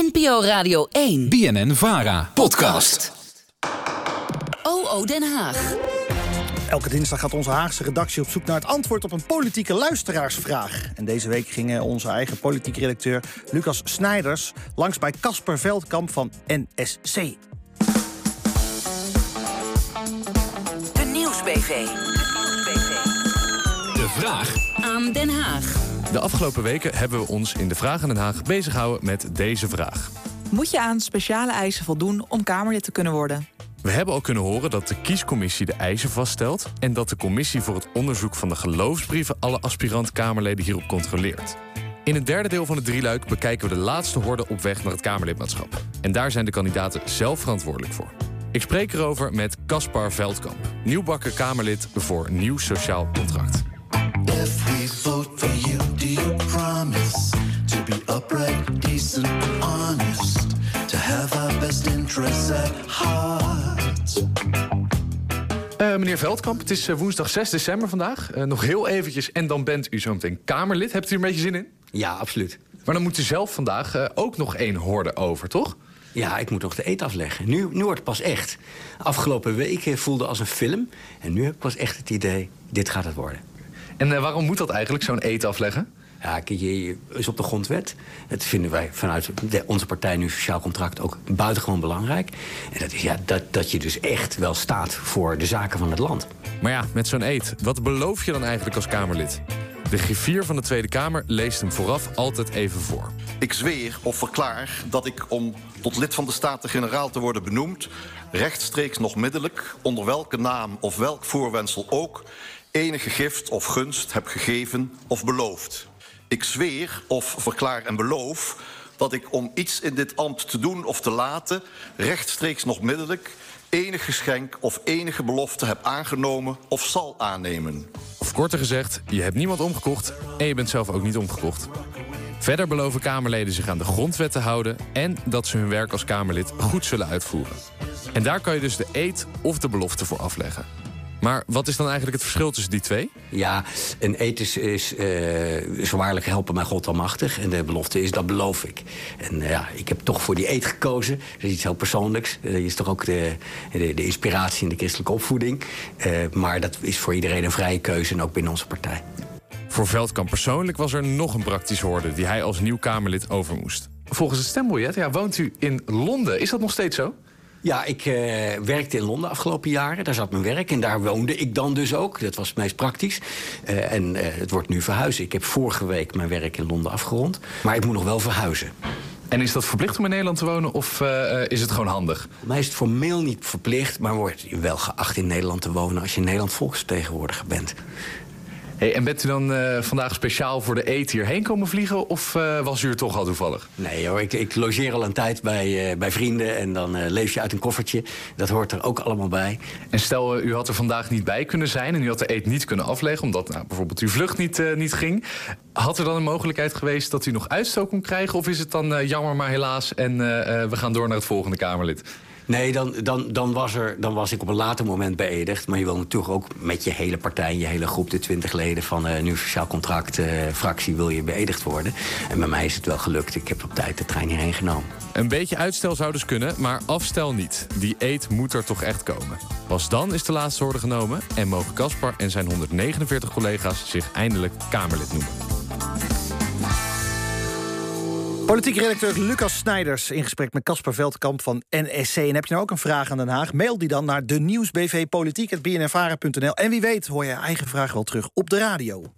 NPO Radio 1. BNN-VARA. Podcast. OO Den Haag. Elke dinsdag gaat onze Haagse redactie op zoek naar het antwoord op een politieke luisteraarsvraag. En deze week ging onze eigen politiek redacteur Lucas Snijders langs bij Casper Veldkamp van NSC. De Nieuwsbv. De vraag Aan Den Haag. De afgelopen weken hebben we ons in de Vraag aan Den Haag bezig gehouden met deze vraag. Moet je aan speciale eisen voldoen om Kamerlid te kunnen worden? We hebben al kunnen horen dat de kiescommissie de eisen vaststelt en dat de commissie voor het onderzoek van de geloofsbrieven alle aspirant-Kamerleden hierop controleert. In het derde deel van het drieluik bekijken we de laatste horde op weg naar het Kamerlidmaatschap. En daar zijn de kandidaten zelf verantwoordelijk voor. Ik spreek erover met Caspar Veldkamp, nieuwbakken Kamerlid voor Nieuw Sociaal Contract. If we vote for you, do you promise to be upright, decent, honest, to have our best interests at heart? Meneer Veldkamp, het is woensdag 6 december vandaag. Nog heel eventjes en dan bent u zo meteen Kamerlid. Hebt u er een beetje zin in? Ja, absoluut. Maar dan moet u zelf vandaag ook nog één horde over, toch? Ja, ik moet nog de eet afleggen. Nu wordt het pas echt. Afgelopen weken voelde als een film. En nu heb ik pas echt het idee, dit gaat het worden. En waarom moet dat eigenlijk, zo'n eed afleggen? Ja, kijk, je is op de grondwet. Dat vinden wij vanuit onze partij nu Sociaal Contract ook buitengewoon belangrijk. En dat is dat je dus echt wel staat voor de zaken van het land. Maar ja, met zo'n eed, wat beloof je dan eigenlijk als Kamerlid? De griffier van de Tweede Kamer leest hem vooraf altijd even voor. Ik zweer of verklaar dat ik om tot lid van de Staten-Generaal te worden benoemd, rechtstreeks nog middelijk, onder welke naam of welk voorwendsel ook, enige gift of gunst heb gegeven of beloofd. Ik zweer of verklaar en beloof dat ik om iets in dit ambt te doen of te laten, rechtstreeks nog middelijk, enig geschenk of enige belofte heb aangenomen of zal aannemen. Of korter gezegd, je hebt niemand omgekocht en je bent zelf ook niet omgekocht. Verder beloven Kamerleden zich aan de grondwet te houden en dat ze hun werk als Kamerlid goed zullen uitvoeren. En daar kan je dus de eed of de belofte voor afleggen. Maar wat is dan eigenlijk het verschil tussen die twee? Ja, een eed is zwaarlijk helpen mij God almachtig. En de belofte is, dat beloof ik. En ja, ik heb toch voor die eed gekozen. Dat is iets heel persoonlijks. Dat is toch ook de inspiratie in de christelijke opvoeding. Maar dat is voor iedereen een vrije keuze en ook binnen onze partij. Voor Veldkamp persoonlijk was er nog een praktische horde die hij als nieuw Kamerlid over moest. Volgens het stembiljet woont u in Londen. Is dat nog steeds zo? Ja, ik werkte in Londen afgelopen jaren. Daar zat mijn werk en daar woonde ik dan dus ook. Dat was het meest praktisch. Het wordt nu verhuizen. Ik heb vorige week mijn werk in Londen afgerond. Maar ik moet nog wel verhuizen. En is dat verplicht om in Nederland te wonen of is het gewoon handig? Voor mij is het formeel niet verplicht, maar wordt je wel geacht in Nederland te wonen als je in Nederland volksvertegenwoordiger bent. Hey, en bent u dan vandaag speciaal voor de eed hierheen komen vliegen of was u er toch al toevallig? Nee hoor, ik logeer al een tijd bij vrienden en dan leef je uit een koffertje. Dat hoort er ook allemaal bij. En stel, u had er vandaag niet bij kunnen zijn en u had de eed niet kunnen afleggen omdat bijvoorbeeld uw vlucht niet ging. Had er dan een mogelijkheid geweest dat u nog uitstel kon krijgen of is het dan jammer maar helaas en we gaan door naar het volgende Kamerlid? Nee, dan was ik op een later moment beëdigd. Maar je wil natuurlijk ook met je hele partij, je hele groep, de 20 leden van Nieuw Sociaal Contract fractie, wil je beëdigd worden. En bij mij is het wel gelukt. Ik heb op tijd de trein hierheen genomen. Een beetje uitstel zou dus kunnen, maar afstel niet. Die eed moet er toch echt komen. Pas dan is de laatste horde genomen en mogen Caspar en zijn 149 collega's zich eindelijk Kamerlid noemen. Politiek redacteur Lucas Snijders in gesprek met Casper Veldkamp van NSC. En heb je nou ook een vraag aan Den Haag? Mail die dan naar de nieuwsbvpolitiek@bnnvara.nl. En wie weet hoor je eigen vraag wel terug op de radio.